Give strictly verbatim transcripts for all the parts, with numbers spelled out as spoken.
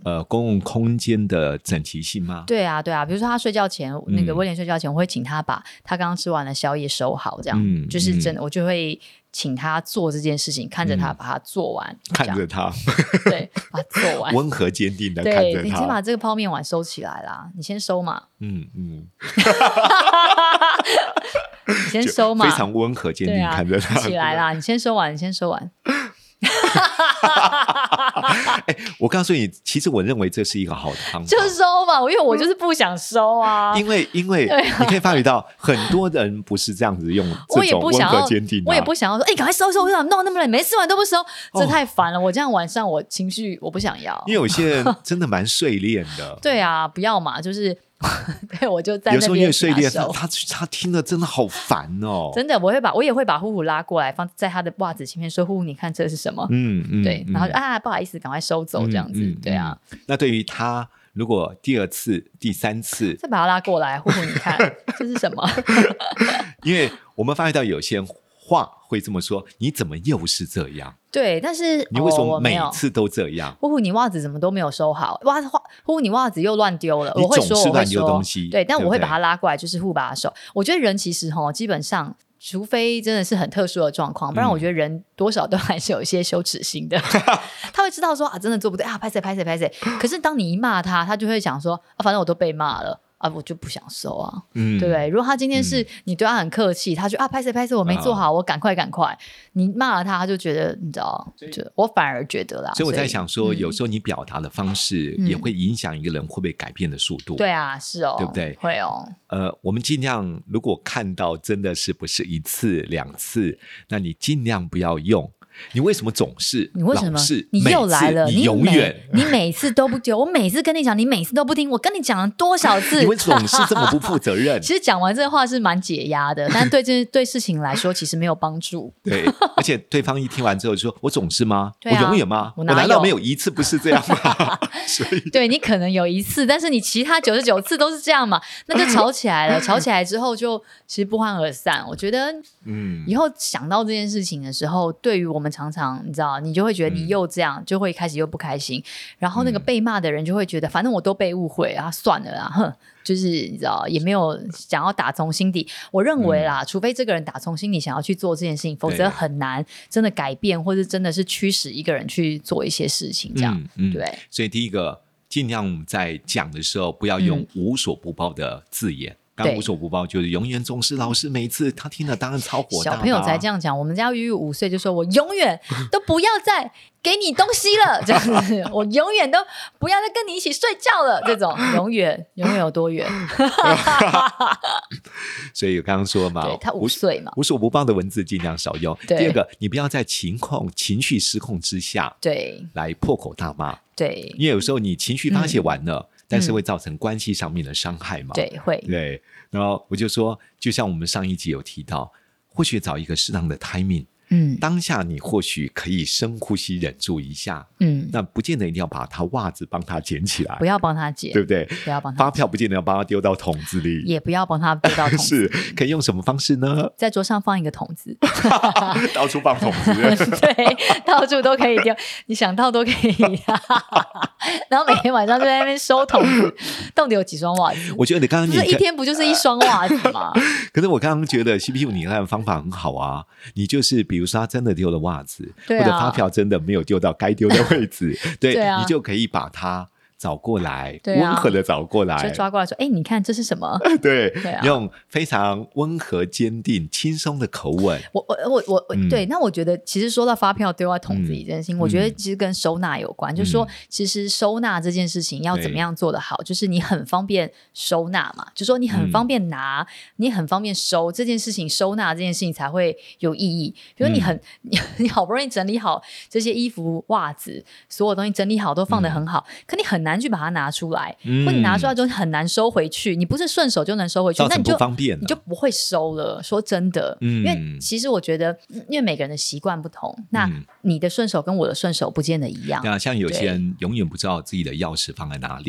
呃公共空间的整齐性吗？ 对啊对啊，比如说他睡觉前、嗯、那个威廉睡觉前我会请他把他刚刚吃完的宵夜收好，这样、嗯、就是真的、嗯、我就会请他做这件事情，看着他把它做完、嗯、 看着他对，把它做完， 温和坚定的看着他。 对，你先把这个泡面碗收起来啦，你先收嘛。嗯嗯你先收嘛， 非常温和坚定看着他、 啊、起来啦，你先收完你先收完欸、我告诉你，其实我认为这是一个好的方法， 就收嘛，因为我就是不想收啊。 因为因为你可以发觉到很多人不是这样子用这种温和坚定、啊、 我也不想要说，哎、欸，赶快收收，为什么弄那么累，每次完都不收，这太烦了、哦。我这样晚上我情绪我不想要， 因为有些人真的蛮碎练的。 对啊，不要嘛，就是。对，我就在那边有时候因为碎裂，他他他听了真的好烦哦。 真的，我会把我也会把呼呼拉过来，放在他的袜子前面，说：“呼呼，你看这是什么？”嗯嗯，对，然后就、嗯、啊，不好意思，赶快收走这样子。嗯嗯、对啊、 嗯，那对于他，如果第二次、第三次再把他拉过来，呼呼，你看这是什么？ 因为我们发现到有些话会这么说，你怎么又是这样？ 对，但是你为什么每次都这样？ 呼呼、哦，你袜子怎么都没有收好？哇，呼呼，你袜子又乱丢了。 你总是乱丢东西， 对，但我会把它拉过来，就是互把它收。我觉得人其实齁，基本上除非真的是很特殊的状况，不然我觉得人多少都还是有一些羞耻心的。他会知道说啊，真的做不对啊，拍谁拍谁拍谁。可是当你一骂他，他就会想说啊，反正我都被骂了。啊，我就不想收啊，嗯，对不对？如果他今天是你对他很客气，嗯、他就啊，拍谁拍谁，我没做好，啊、我赶快赶快。你骂了他，他就觉得你知道，就我反而觉得啦。 所以我在想说，有时候你表达的方式也会影响一个人会不会改变的速度。 嗯、对啊，是哦， 对不对？ 会哦。 呃，我们尽量如果看到真的是不是一次两次，那你尽量不要用。你为什么总是你为什么是你又来了？ 你永远你每次都不丢，我每次跟你讲，你每次都不听。我跟你讲了多少次？ 你为总是这么不负责任？ 其实讲完这话是蛮解压的，但对这对事情来说，其实没有帮助。 对，而且对方一听完之后就说：“我总是吗？ 对啊、 我永远吗？ 我我难道没有一次不是这样吗？”所以对你可能有一次，但是你其他九十九次都是这样嘛，那就吵起来了。吵起来之后就其实不欢而散。我觉得，嗯，以后想到这件事情的时候，对于我们常常你知道。你就会觉得你又这样、嗯、就会开始又不开心，然后那个被骂的人就会觉得反正我都被误会啊，算了啦，哼，就是你知道也没有想要打从心底。我认为啦、嗯、除非这个人打从心底想要去做这件事情，否则很难真的改变或者真的是驱使一个人去做一些事情这样、嗯嗯、对。 所以第一个尽量在讲的时候不要用无所不包的字眼、嗯，刚无所不包就是永远总是老师，每一次他听了当然超火大、啊、 小朋友才这样讲。我们家玉玉五岁就说我永远都不要再给你东西了这样子，我永远都不要再跟你一起睡觉了，这种永远永远有多远所以我刚刚说嘛， 对，他五岁嘛， 无所不包的文字尽量少用。第二个，你不要在情控情绪失控之下对来破口大骂，对，因为有时候你情绪发泄完了、嗯，但是会造成关系上面的伤害嘛、嗯、对，会，对。然后我就说就像我们上一集有提到，或许找一个适当的 timing， 嗯，当下你或许可以深呼吸忍住一下，嗯，那不见得一定要把他袜子帮他捡起来， 不要帮他捡， 对不对？ 不要帮他， 发票不见得要帮他丢到桶子里， 也不要帮他丢到桶子里是可以用什么方式呢？ 在桌上放一个桶子到处放桶子对，到处都可以丢，你想到都可以然后每天晚上就在那边收桶子到底有几双袜子？ 我觉得你刚刚你一天不就是一双袜子吗？ 可是我刚刚觉得 C P U 你看方法很好啊，你就是比如说他真的丢了袜子、啊、或者发票真的没有丢到该丢的位置对, 对、啊、你就可以把它找过来、啊、温和的找过来， 就抓过来说哎、欸，你看这是什么对, 对、啊、用非常温和坚定轻松的口吻。 我我我我、嗯、对，那我觉得其实说到发票丢在桶子里这件事情、嗯、我觉得其实跟收纳有关、嗯、就是说其实收纳这件事情要怎么样做得好，就是你很方便收纳嘛，就是说你很方便拿、嗯、你很方便收这件事情，收纳这件事情才会有意义。比如你很、嗯、你, 你好不容易整理好这些衣服袜子所有东西整理好都放得很好、嗯、可你很难去把它拿出来、嗯、或你拿出来之后很难收回去，你不是顺手就能收回去，那你就方便你就不会收了。说真的、嗯、因为其实我觉得因为每个人的习惯不同、嗯、那你的顺手跟我的顺手不见得一样。 对啊，像有些人永远不知道自己的钥匙放在哪里，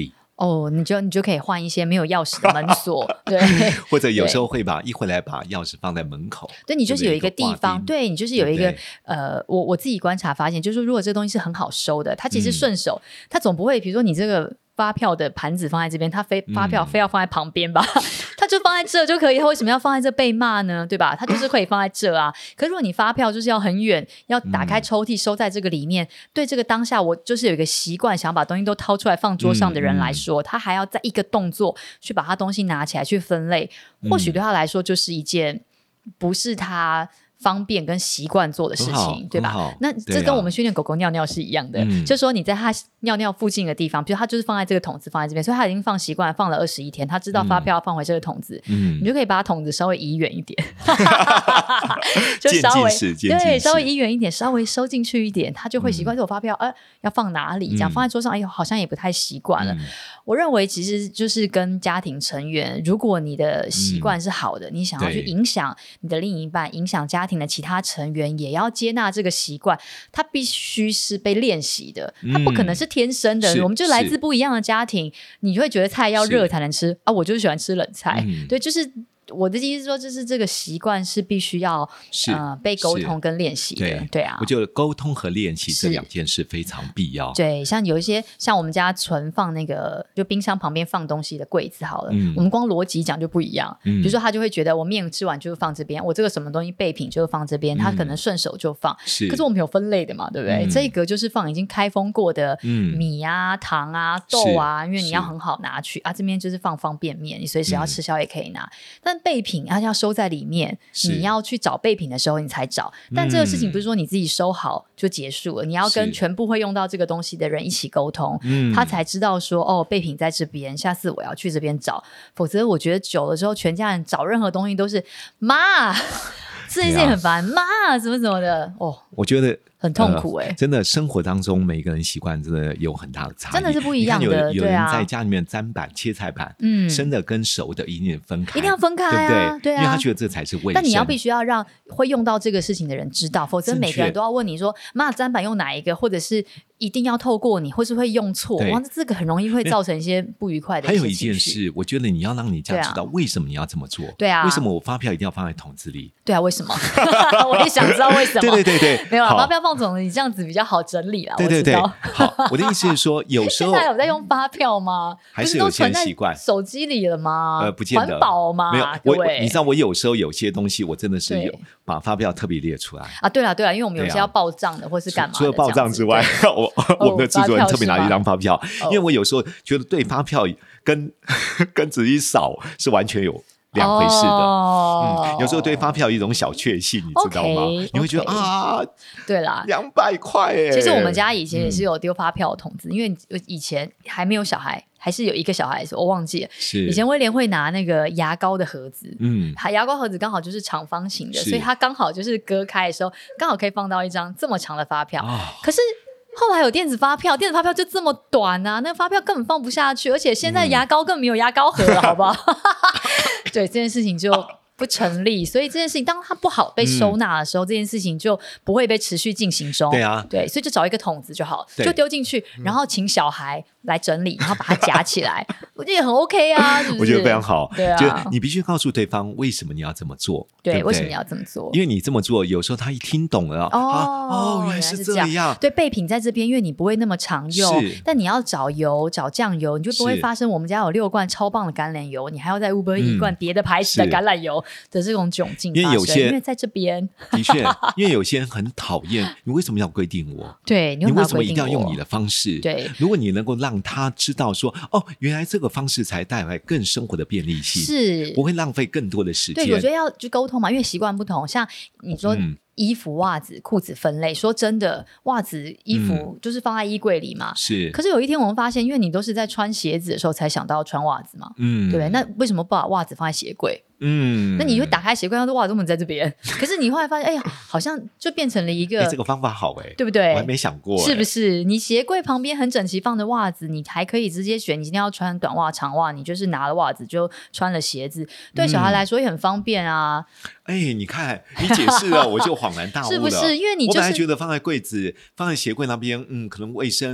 哦，你就你就可以换一些没有钥匙的门锁，对， 或者有时候会把一回来把钥匙放在门口， 对，你就是有一个地方，对你就是有一个对对呃，我我自己观察发现，就是如果这个东西是很好收的，它其实顺手，嗯、它总不会，比如说你这个发票的盘子放在这边，它非发票非要放在旁边吧？嗯、它就放在这就可以，它为什么要放在这被骂呢？对吧？它就是可以放在这啊。可是如果你发票就是要很远，要打开抽屉收在这个里面，嗯、对这个当下我就是有一个习惯，想把东西都掏出来放桌上的人来说，嗯、他还要在一个动作去把他东西拿起来去分类，或许对他来说就是一件不是他方便跟习惯做的事情，对吧？那这跟我们训练狗狗尿尿是一样的，嗯、就是说你在它尿尿附近的地方，比如它就是放在这个桶子放在这边，所以它已经放习惯放了二十一天，它知道发票要放回这个桶子，嗯、你就可以把它桶子稍微移远一点，就稍微对稍微移远一点，稍微收进去一点，它就会习惯这种发票，呃，要放哪里？这样放在桌上，哎呦，好像也不太习惯了。嗯、我认为其实就是跟家庭成员，如果你的习惯是好的，嗯、你想要去影响你的另一半，影响家庭的其他成员，也要接纳这个习惯，它必须是被练习的，它不可能是天生的。嗯、我们就来自不一样的家庭，你会觉得菜要热才能吃啊，我就是喜欢吃冷菜，嗯、对，就是我的意思是说，就是这个习惯是必须要呃被沟通跟练习的，对, 对啊， 我觉得沟通和练习这两件事非常必要。 对，像有一些像我们家存放那个就冰箱旁边放东西的柜子好了，嗯、我们光逻辑讲就不一样。嗯、比如说他就会觉得我面吃完就是放这边，我这个什么东西备品就是放这边，嗯、他可能顺手就放。是，可是我们有分类的嘛，对不对？嗯、这一格就是放已经开封过的米啊、糖啊、豆啊，因为你要很好拿去啊。这边就是放方便面，你随时要吃宵夜可以拿，嗯、但备品它要收在里面，你要去找备品的时候你才找，但这个事情不是说你自己收好就结束了，嗯、你要跟全部会用到这个东西的人一起沟通，他才知道说哦，备品在这边，下次我要去这边找，否则我觉得久了之后全家人找任何东西都是妈这件事情很烦，妈怎么怎么的哦， 我觉得很痛苦哎、欸呃， 真的生活当中每个人习惯真的有很大的差异， 真的是不一样的。 有, 有人在家里面砧板、切菜板，嗯，生的跟熟的一定分开， 一定要分开啊， 对不对？ 对啊， 因为他觉得这才是卫生。 但你要必须要让会用到这个事情的人知道，否则每个人都要问你说，妈，砧板用哪一个，或者是一定要透过你，或是会用错，哇，这个很容易会造成一些不愉快的一些情绪。还有一件事， 我觉得你要让你家知道为什么你要这么做， 对啊， 为什么我发票一定要放在桶子里？ 对啊，为什么？我也想知道为什么。 对对对对， 没有啊，发票放桶子，你这样子比较好整理啦。 对对对，好，我的意思是说，有时候现在有在用发票吗？ 还是有些人习惯手机里了吗？ 呃，不见得， 环保吗？ 没有，我你知道，我有时候有些东西，我真的是有把发票特别列出来啊。对啦对啦，因为我们有些要报账的，或是干嘛的？ 除了报账之外，我我们的制作人特别拿一张发票，因为我有时候觉得对发票跟跟自己扫是完全有两回事的，哦嗯、有时候对发票有一种小确幸，你知道吗？ Okay, 你会觉得 okay, 啊， 对啦， 两百块哎。 其实我们家以前也是有丢发票的筒子，嗯、因为以前还没有小孩，还是有一个小孩的时候，我忘记了。是以前威廉会拿那个牙膏的盒子，嗯，牙膏盒子刚好就是长方形的，所以它刚好就是割开的时候，刚好可以放到一张这么长的发票。哦、可是后来有电子发票，电子发票就这么短啊，那个发票根本放不下去，而且现在牙膏根本没有牙膏盒了，嗯、好不好？对，这件事情就不成立，所以这件事情当它不好被收纳的时候，嗯、这件事情就不会被持续进行中。 对啊， 对，所以就找一个桶子就好，就丢进去，然后请小孩来整理，然后把它夹起来，我觉得也很 OK 啊，是不是？ 我觉得非常好。 对啊， 就你必须告诉对方为什么你要这么做， 对， 对对为什么你要这么做？ 因为你这么做，有时候他一听懂了，哦，啊、哦，原来是这样。 这样对，备品在这边，因为你不会那么常用，但你要找油、找酱油，你就不会发生我们家有六罐超棒的橄榄油，你还要在 Uber 一罐别的牌子的橄榄油的这种窘境发生。因为有些，因为在这边的确，因为有些人很讨厌，你为什么要规定我？ 对， 你为什么一定要用你的方式？ 对， 如果你能够让他知道说，哦，原来这个方式才带来更生活的便利性， 是不会浪费更多的时间。 对，我觉得要去沟通嘛，因为习惯不同，像你说。嗯衣服、袜子、裤子分类，说真的，袜子、衣服就是放在衣柜里嘛。是、嗯。可是有一天我们发现，因为你都是在穿鞋子的时候才想到穿袜子嘛，嗯，对不对？那为什么不把袜子放在鞋柜？嗯，那你会打开鞋柜，他说袜子怎么在这边？可是你后来发现，哎呀，好像就变成了一个， 欸、这个方法好哎、欸， 对不对？ 我还没想过、欸， 是不是？你鞋柜旁边很整齐放的袜子，你还可以直接选，你今天要穿短袜、长袜，你就是拿了袜子就穿了鞋子，对小孩来说也很方便啊。 哎、欸，你看，你解释了，我就恍然大悟了， 是不是？因为你、就是、 我本来觉得放在柜子、放在鞋柜那边，嗯，可能卫生。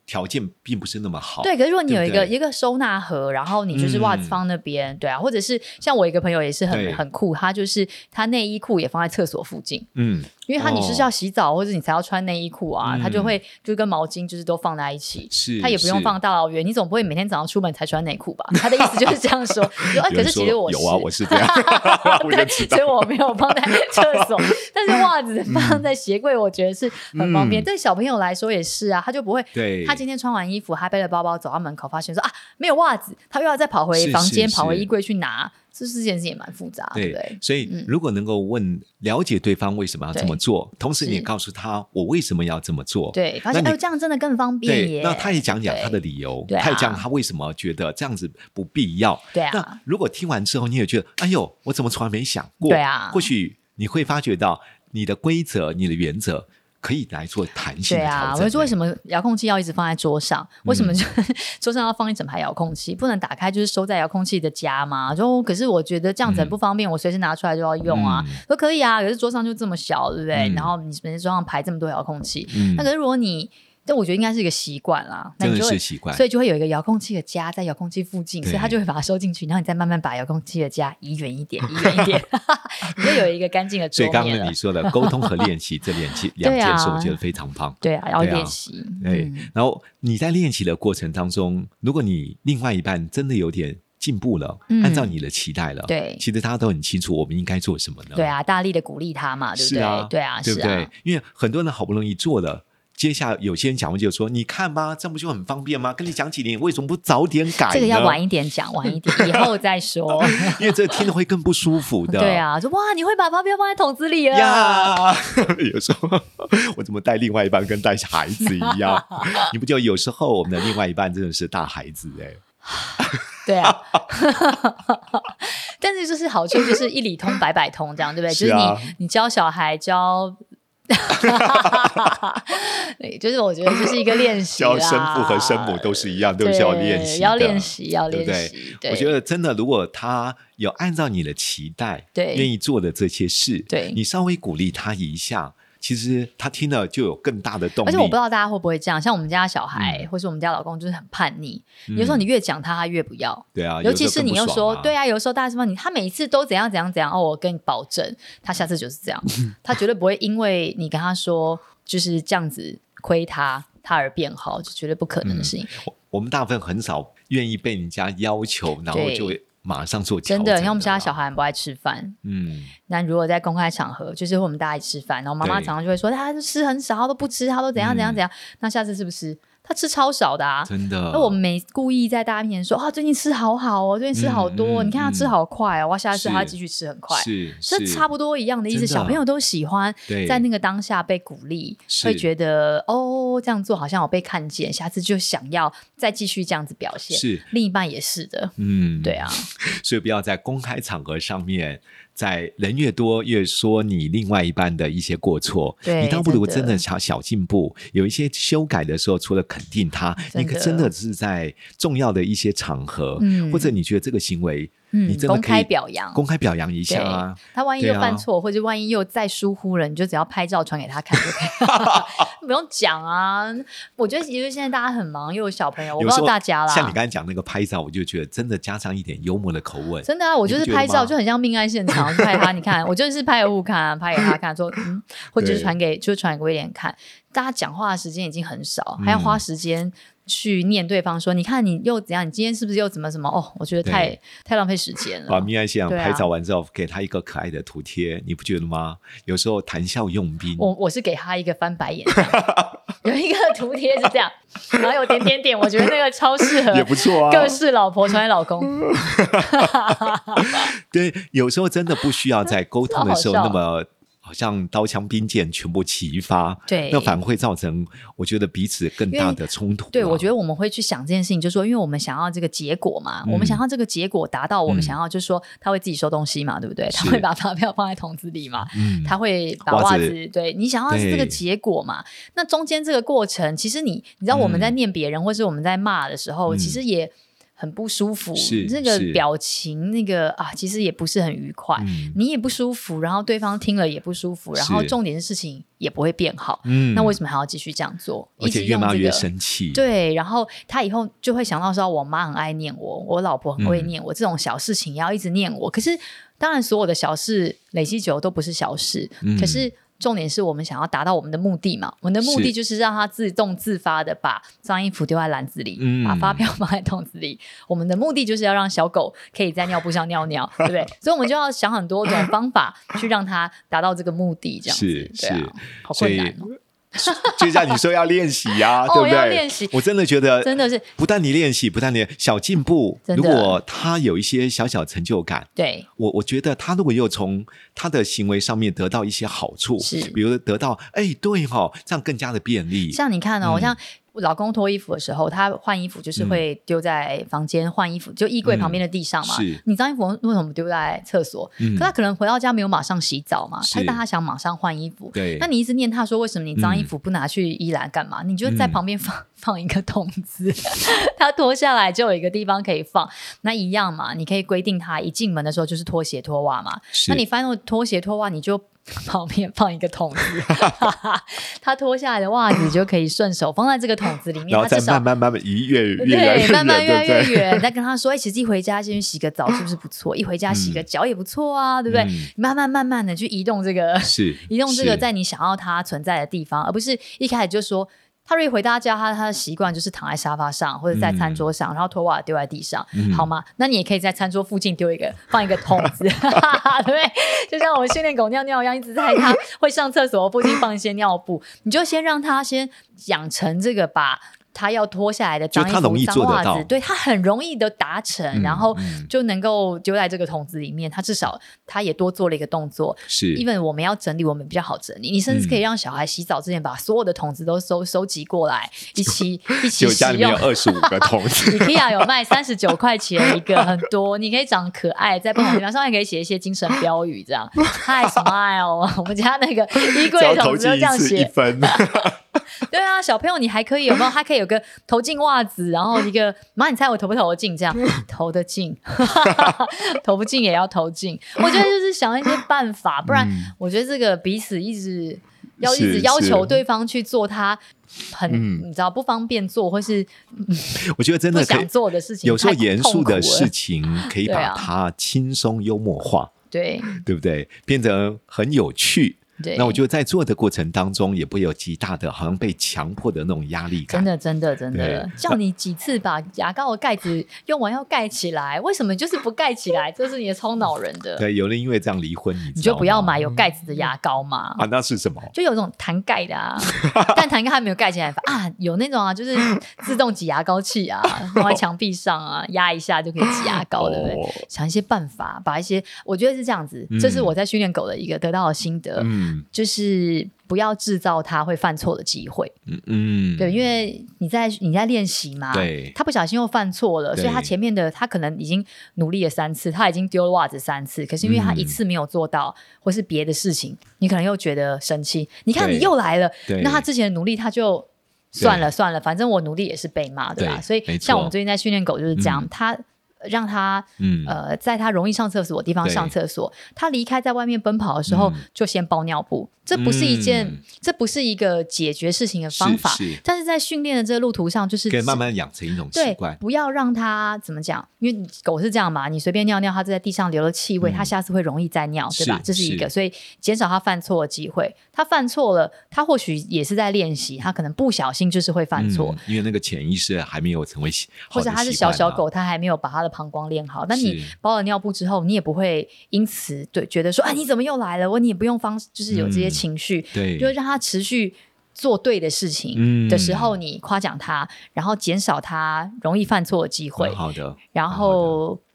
条件并不是那么好。 对，可是如果你有一个对对一个收纳盒，然后你就是袜子放那边、嗯、对啊，或者是像我一个朋友也是很很酷，他就是他内衣裤也放在厕所附近，嗯，因为他你是要洗澡、哦、或者你才要穿内衣裤啊、嗯、他就会就跟毛巾就是都放在一起， 是他也不用放大老远，你总不会每天早上出门才穿内裤吧？他的意思就是这样说说、哎、可是其实我是有啊，我是这样我就知道， 所以我没有放在厕所但是袜子放在鞋柜我觉得是很方便、嗯、对小朋友来说也是啊，他就不会对他今天穿完衣服他背了包包走到门口发现说啊没有袜子，他又要再跑回房间跑回衣柜去拿，这这件事也蛮复杂， 对, 对不对？ 所以如果能够问了解对方为什么要这么做，同时你也告诉他我为什么要这么做， 对，发现哎这样真的更方便耶， 那他也讲讲他的理由，他也讲他为什么觉得这样子不必要， 对啊。 那如果听完之后你也觉得哎呦我怎么从来没想过， 对啊， 或许你会发觉到你的规则你的原则可以来做弹性的调整。对啊， 我就说为什么遥控器要一直放在桌上、嗯、为什么就桌上要放一整排遥控器，不能打开就是收在遥控器的家吗？就可是我觉得这样子很不方便、嗯、我随时拿出来就要用啊、嗯、说可以啊，可是桌上就这么小对不对、嗯、然后你每次桌上排这么多遥控器、嗯、那可是如果你但我觉得应该是一个习惯啦， 真的是习惯， 所以就会有一个遥控器的家在遥控器附近，所以他就会把它收进去，然后你再慢慢把遥控器的家移远一点移远一点你就有一个干净的桌面了。 所以刚刚你说的沟通和练习这两件两件事我觉得非常棒。 对啊，要练习。 对、嗯、然后你在练习的过程当中，如果你另外一半真的有点进步了、嗯、按照你的期待了， 对， 其实大家都很清楚我们应该做什么呢？ 对啊，大力的鼓励他嘛，对不对？ 是啊， 对啊， 对不对？ 是啊， 因为很多人好不容易做了，接下来有些人讲完就说你看吧，这样不就很方便吗？跟你讲几年为什么不早点改呢？ 这个要晚一点讲，晚一点以后再说因为这个听了会更不舒服的对啊，说哇你会把发票放在桶子里了呀有时候我怎么带另外一半跟带孩子一样你不觉得有时候我们的另外一半真的是大孩子哎、欸对啊但是就是好处就是一理通百百通这样对不对、 是啊、 就是你你教小孩教对，就是我觉得这是一个练习啦， 教生父和生母都是一样，都是要练习的， 要练习要练习， 对不对？对，我觉得真的如果他有按照你的期待对愿意做的这些事，对，你稍微鼓励他一下，其实他听了就有更大的动力。 而且我不知道大家会不会这样，像我们家小孩、嗯、或是我们家老公就是很叛逆、嗯、有时候你越讲他他越不要， 对啊， 尤其是你又说、 啊、 对啊，有时候大家说你他每一次都怎样怎样怎样哦，我跟你保证他下次就是这样他绝对不会因为你跟他说就是这样子亏他他而变好，就绝对不可能的事情、嗯、 我们大部分很少愿意被人家要求然后就会马上做调整的。 真的，因为我们家小孩很不爱吃饭，嗯，那如果在公开场合，就是我们大家一起吃饭，然后妈妈常常就会说他吃很少，他都不吃，他都怎样怎样怎样、嗯、那下次是不是他吃超少的啊？真的。那我们没故意在大家面前说啊，最近吃好好哦，最近吃好多、哦嗯嗯、你看他吃好快哦，哇，下次他继续吃很快，是是差不多一样的意思。小朋友都喜欢在那个当下被鼓励，会觉得哦这样做好像有被看见，下次就想要再继续这样子表现。是，另一半也是的，嗯，对啊。 所以不要在公开场合上面，在人越多越说你另外一半的一些过错，你倒不如真的小小进步，有一些修改的时候，除了肯定他，你可真的是在重要的一些场合、嗯、或者你觉得这个行为嗯， 你真的可以公开表扬， 公开表扬一下啊！ 他万一又犯错、啊，或者万一又再疏忽了，你就只要拍照传给他看就可以，不用讲啊。我觉得其实现在大家很忙，又有小朋友，我不知道大家啦。 像你刚才讲那个拍照，我就觉得真的加上一点幽默的口吻， 真的啊！我就是拍照就很像命案现场，拍他，你看，我就是拍给互看、啊，拍给他看，说嗯，或者是传给就传给威廉看。大家讲话的时间已经很少，还要花时间去念对方说、嗯、你看你又怎样，你今天是不是又怎么怎么哦，我觉得太太浪费时间了。 把命案现场拍照完之后、啊、给他一个可爱的图贴，你不觉得吗？有时候谈笑用兵， 我我是给他一个翻白眼有一个图贴是这样然后有点点点，我觉得那个超适合， 也不错啊， 各式老婆传给老公对，有时候真的不需要在沟通的时候那么好像刀枪兵剑全部齐发，对，那反而会造成我觉得彼此更大的冲突、啊、 对，我觉得我们会去想这件事情，就是说因为我们想要这个结果嘛、嗯、我们想要这个结果达到我们想要，就是说他会自己收东西嘛，对不对？他会把发票放在桶子里嘛、嗯、他会把袜子，对，你想要是这个结果嘛，那中间这个过程其实你你知道我们在念别人、嗯、或是我们在骂的时候、嗯、其实也很不舒服， 是那个表情那个啊，其实也不是很愉快、嗯、你也不舒服，然后对方听了也不舒服，然后重点是事情也不会变好、嗯、那为什么还要继续这样做？ 而且越骂越生气。 对，然后他以后就会想到说我妈很爱念我，我老婆很会念我、嗯、这种小事情也要一直念我。可是当然所有的小事累积久都不是小事、嗯、可是重点是我们想要达到我们的目的嘛，我们的目的就是让他自动自发的把脏衣服丢在篮子里、嗯、把发票放在桶子里，我们的目的就是要让小狗可以在尿布上尿尿对不对？所以我们就要想很多种方法去让他达到这个目的，这样子是对啊，好困难哦。 就像你说要练习呀、啊哦、对不对？ 要练习， 我真的觉得真的是不但你练习，不但你小进步，如果他有一些小小成就感， 对， 我我觉得他如果又从他的行为上面得到一些好处， 是比如得到哎对哦，这样更加的便利。 像你看哦、嗯、像我老公脱衣服的时候，他换衣服就是会丢在房间换衣服、嗯、就衣柜旁边的地上嘛、嗯、你脏衣服为什么丢在厕所、嗯、可他可能回到家没有马上洗澡嘛，但他想马上换衣服， 对， 那你一直念他说为什么你脏衣服不拿去衣篮干嘛、嗯、你就在旁边放、嗯、放一个桶子他脱下来就有一个地方可以放，那一样嘛，你可以规定他一进门的时候就是脱鞋脱袜嘛，那你发现拖鞋脱袜你就旁边放一个桶子他脱下来的袜子就可以顺手放在这个桶子里面， 然后再慢慢慢慢移越越来越远， 慢慢越来越远再跟他说、欸、其实一回家先去洗个澡是不是不错，一回家洗个脚也不错啊、嗯、对不对、嗯、慢慢慢慢的去移动这个是移动这个在你想要它存在的地方，而不是一开始就说他如果回到家他他的习惯就是躺在沙发上或者在餐桌上、嗯、然后拖袜丢在地上、嗯、好吗？那你也可以在餐桌附近丢一个放一个桶子对不对？就像我们训练狗尿尿一样，一直在他会上厕所附近放一些尿布你就先让他先养成这个把他要脱下来的脏衣服脏袜子，对，他很容易的达成、嗯、然后就能够丢在这个桶子里面，他至少他也多做了一个动作， 是 even 我们要整理我们比较好整理，你甚至可以让小孩洗澡之前把所有的桶子都收收集过来一起一起使用， 家里面有二十五个桶子 IKEA 有卖三十九块钱一个，很多你可以长可爱，在不同地方上面可以写一些精神标语这样Hi smile 我们家那个衣柜桶子就这样写一分对啊，小朋友你还可以有没有？还可以有个投进袜子，然后一个妈你猜我投不投得进？这样投得进投不进也要投进。我觉得就是想一些办法，不然我觉得这个彼此一直要一直要求对方去做他很、嗯、你知道不方便做或是、嗯、 我觉得真的不想做的事情， 有时候严肃的事情可以把它轻松幽默化， 对对不对？变得很有趣。那我觉得在做的过程当中也不会有极大的好像被强迫的那种压力感， 真的真的真的叫你几次把牙膏的盖子用完要盖起来，为什么就是不盖起来？这是也超恼人的。 对，有人因为这样离婚， 你, 你就不要买有盖子的牙膏嘛、 嗯、啊，那是什么？ 就有种弹盖的啊但弹盖还没有盖起来啊，有那种啊就是自动挤牙膏器啊放在墙壁上啊压一下就可以挤牙膏对不对、哦、想一些办法把一些，我觉得是这样子、嗯、这是我在训练狗的一个得到的心得，嗯就是不要制造他会犯错的机会，嗯嗯，对，因为你在你在练习嘛， 对， 他不小心又犯错了，所以他前面的他可能已经努力了三次，他已经丢了袜子三次，可是因为他一次没有做到、嗯、或是别的事情，你可能又觉得生气，你看你又来了，那他之前的努力他就算了算了，反正我努力也是被骂，对吧？对，所以像我们最近在训练狗就是这样、嗯、他让他、嗯、呃，在他容易上厕所的地方上厕所，他离开在外面奔跑的时候、嗯、就先包尿布，这不是一件、嗯、这不是一个解决事情的方法，是是，但是在训练的这个路途上就是可以慢慢养成一种习惯， 不要让他怎么讲，因为狗是这样嘛，你随便尿尿它在地上留了气味、嗯、它下次会容易再尿，对吧？这是一个，所以减少他犯错的机会，他犯错了他或许也是在练习，他可能不小心就是会犯错、 嗯、因为那个潜意识还没有成为好的习惯、啊、 或者他是小小狗他还没有把他的膀胱练好，但你包了尿布之后你也不会因此对觉得说哎你怎么又来了，我你也不用方就是有这些情绪、嗯、对，就让他持续做对的事情的时候、嗯、你夸奖他，然后减少他容易犯错的机会， 好的， 然后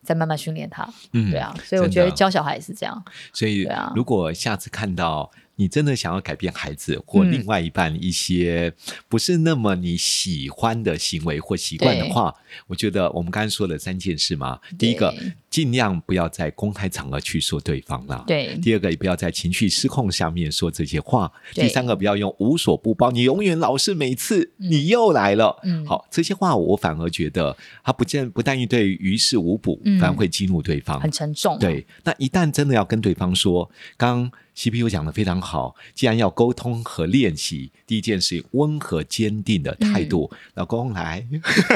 再慢慢训练他。 嗯， 对啊，所以我觉得教小孩也是这样。 所以，啊、如果下次看到你真的想要改变孩子或另外一半一些不是那么你喜欢的行为或习惯的话，我觉得我们刚才说了三件事嘛。第一个，尽量不要在公开场合去说对方啦。 对。 第二个，也不要在情绪失控下面说这些话。第三个，不要用无所不包，你永远老是每次你又来了。嗯，好，这些话我反而觉得它不见不但对于事无补，嗯、反而会激怒对方， 很沉重、啊。 对，那一旦真的要跟对方说，刚刚 C P U 讲得非常好，既然要沟通和练习，第一件事温和坚定的态度。嗯、老公来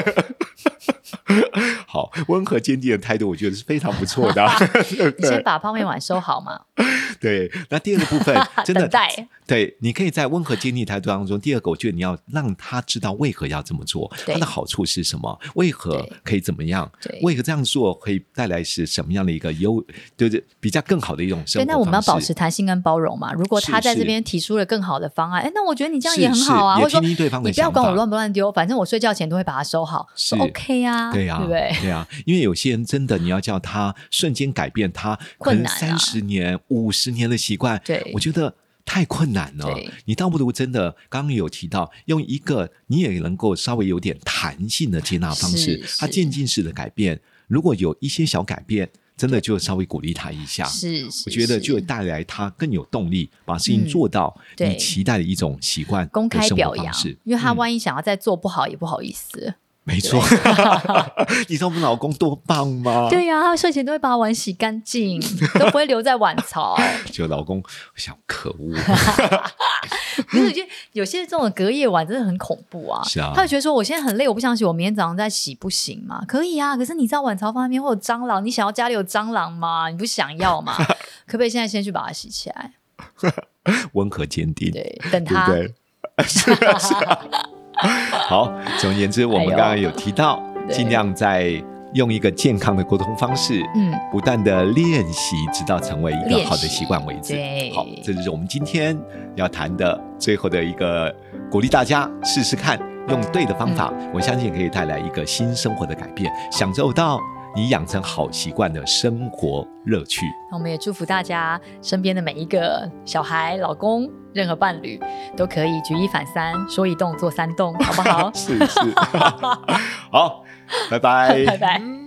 好，温和坚定的态度我觉得是非常不错的、啊、 你先把泡面碗收好嘛。 对，那第二个部分真的等待， 对，你可以在温和坚定态度当中，第二个我觉得你要让他知道为何要这么做，他的好处是什么，为何可以怎么样，为何这样做可以带来是什么样的一个优，就是比较更好的一种生活方式。对， 那我们要保持弹性跟包容嘛。如果他在这边提出了更好的方案，哎，那我觉得你这样也很好啊，或者说你不要管我乱不乱丢，反正我睡觉前都会把它收好，是 OK 啊， 对啊， 对不对？ 对啊，因为有些人真的你要叫他瞬间改变他可能三十年、五十年的习惯，对，我觉得太困难了。你倒不如真的刚刚有提到，用一个你也能够稍微有点弹性的接纳方式，他渐进式的改变，如果有一些小改变，真的就稍微鼓励他一下， 是， 我觉得就会带来他更有动力把事情做到你期待的一种习惯、 公开表扬，因为他万一想要再做不好也不好意思。 没错你知道我们老公多棒吗？ 对呀、啊，他睡前都会把碗洗干净都不会留在碗槽就老公想可恶可是我觉得有些这种隔夜碗真的很恐怖啊。 是啊， 他会觉得说我现在很累我不想洗，我明天早上再洗不行吗？可以啊，可是你知道碗槽放那边会有蟑螂，你想要家里有蟑螂吗？你不想要吗？可不可以现在先去把它洗起来？ 温和坚定， 对，等他对不对是啊是啊好，总而言之我们刚刚有提到、哎、尽量在用一个健康的沟通方式，嗯，不断的练习直到成为一个好的习惯为止。好，这就是我们今天要谈的最后的一个鼓励大家试试看，用对的方法、嗯、我相信可以带来一个新生活的改变，享受到你养成好习惯的生活乐趣。 我们也祝福大家身边的每一个小孩、老公、任何伴侣都可以举一反三，说一动做三动，好不好？ 是是好，拜拜拜拜。